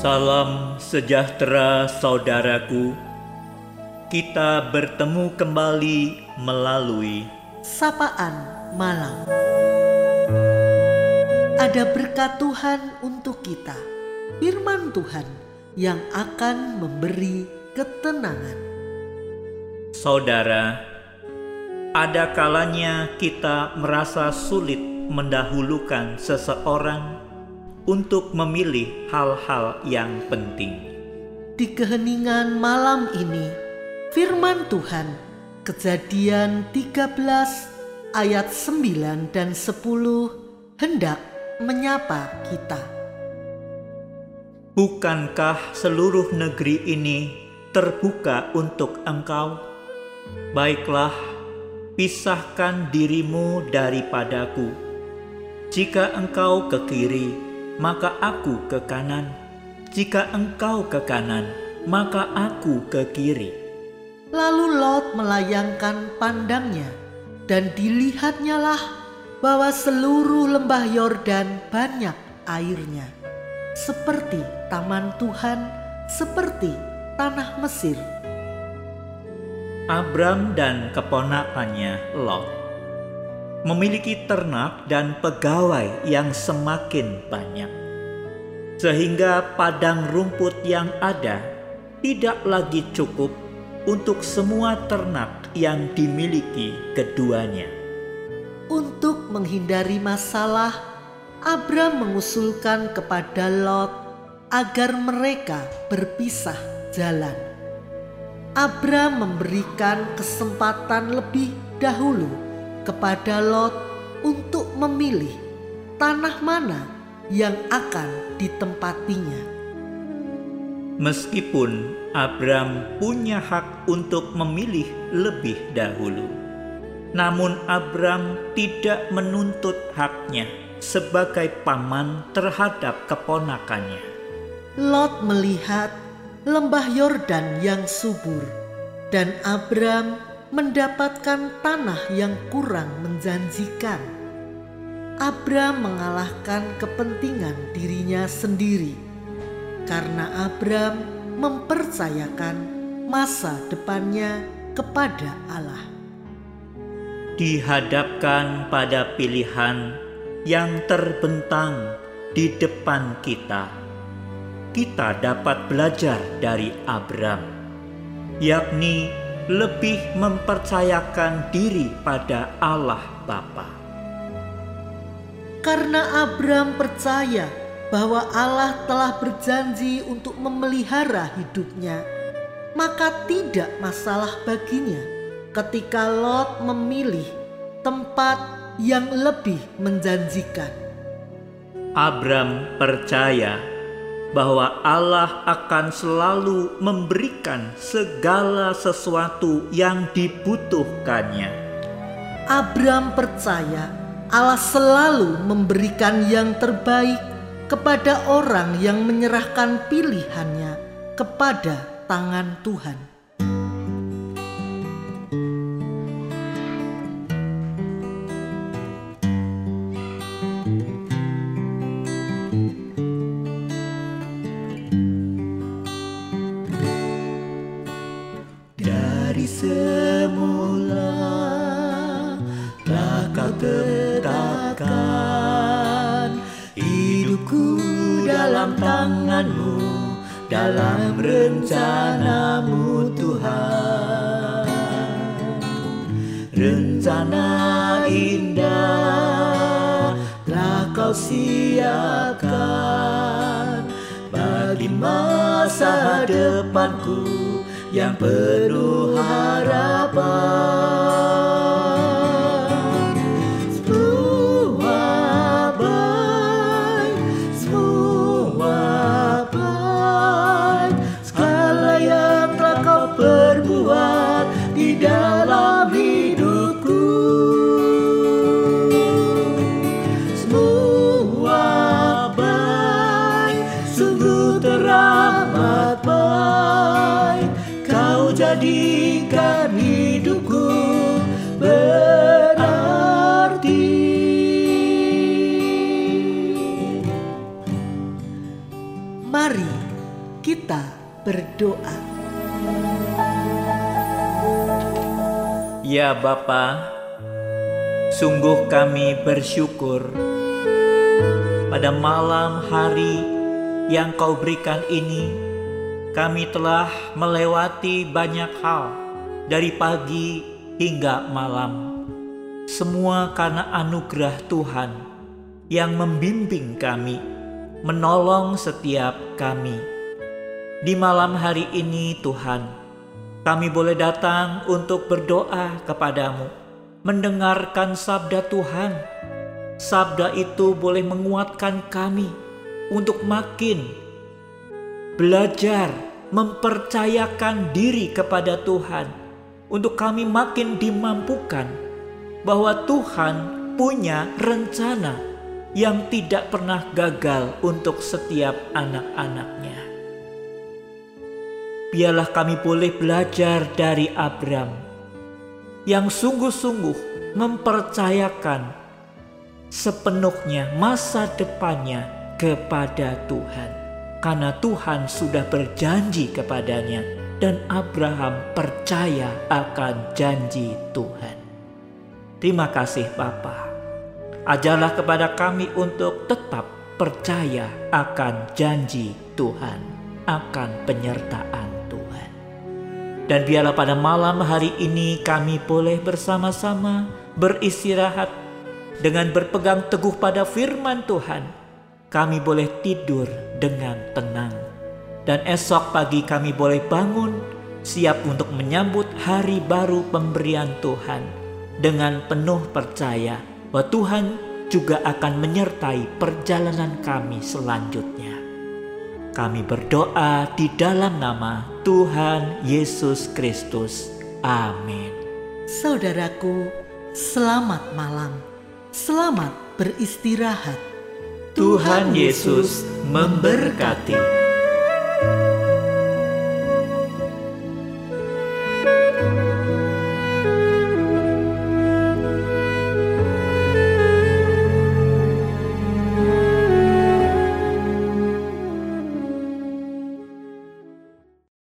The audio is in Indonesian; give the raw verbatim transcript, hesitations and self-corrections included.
Salam sejahtera saudaraku. Kita bertemu kembali melalui Sapaan Malam. Ada berkat Tuhan untuk kita, firman Tuhan yang akan memberi ketenangan. Saudara, ada kalanya kita merasa sulit mendahulukan seseorang untuk memilih hal-hal yang penting. Di keheningan malam ini, firman Tuhan, Kejadian tiga belas ayat sembilan dan sepuluh hendak menyapa kita. Bukankah seluruh negeri ini terbuka untuk engkau? Baiklah, pisahkan dirimu daripadaku. Jika engkau ke kiri, maka aku ke kanan. Jika engkau ke kanan, maka aku ke kiri. Lalu Lot melayangkan pandangnya, dan dilihatnyalah bahwa seluruh lembah Yordan banyak airnya, seperti taman Tuhan, seperti tanah Mesir. Abram dan keponakannya Lot memiliki ternak dan pegawai yang semakin banyak, sehingga padang rumput yang ada tidak lagi cukup untuk semua ternak yang dimiliki keduanya. Untuk menghindari masalah, Abram mengusulkan kepada Lot agar mereka berpisah jalan. Abram memberikan kesempatan lebih dahulu kepada Lot untuk memilih tanah mana yang akan ditempatinya. Meskipun Abram punya hak untuk memilih lebih dahulu, namun Abram tidak menuntut haknya sebagai paman terhadap keponakannya. Lot melihat lembah Yordan yang subur, dan Abram mendapatkan tanah yang kurang menjanjikan. Abram mengalahkan kepentingan dirinya sendiri, karena Abram mempercayakan masa depannya kepada Allah. Dihadapkan pada pilihan yang terbentang di depan kita, kita dapat belajar dari Abram, yakni lebih mempercayakan diri pada Allah Bapa. Karena Abram percaya bahwa Allah telah berjanji untuk memelihara hidupnya, maka tidak masalah baginya ketika Lot memilih tempat yang lebih menjanjikan. Abram percaya bahwa Allah akan selalu memberikan segala sesuatu yang dibutuhkannya. Abram percaya Allah selalu memberikan yang terbaik kepada orang yang menyerahkan pilihannya kepada tangan Tuhan. Dari semula telah kau tetapkan hidupku dalam tanganmu, dalam rencanamu Tuhan. Rencana indah telah kau siapkan bagi masa depanku yang penuh harapan. Semua baik, semua baik, segala yang telah kau perbuat di dalam hidupku. Semua baik, sungguh teramat baik, jadikan hidup berdoa. Ya Bapa, sungguh kami bersyukur pada malam hari yang Kau berikan ini. Kami telah melewati banyak hal dari pagi hingga malam. Semua karena anugerah Tuhan yang membimbing kami, menolong setiap kami. Di malam hari ini Tuhan, kami boleh datang untuk berdoa kepadamu, mendengarkan sabda Tuhan. Sabda itu boleh menguatkan kami untuk makin belajar mempercayakan diri kepada Tuhan, untuk kami makin dimampukan bahwa Tuhan punya rencana yang tidak pernah gagal untuk setiap anak-anaknya. Biarlah kami boleh belajar dari Abram yang sungguh-sungguh mempercayakan sepenuhnya masa depannya kepada Tuhan, karena Tuhan sudah berjanji kepadanya dan Abraham percaya akan janji Tuhan. Terima kasih Bapa. Ajarlah kepada kami untuk tetap percaya akan janji Tuhan, akan penyertaan Tuhan. Dan biarlah pada malam hari ini kami boleh bersama-sama beristirahat dengan berpegang teguh pada firman Tuhan. Kami boleh tidur dengan tenang. Dan esok pagi kami boleh bangun siap untuk menyambut hari baru pemberian Tuhan dengan penuh percaya bahwa Tuhan juga akan menyertai perjalanan kami selanjutnya. Kami berdoa di dalam nama Tuhan Yesus Kristus. Amin. Saudaraku, selamat malam. Selamat beristirahat. Tuhan Yesus memberkati.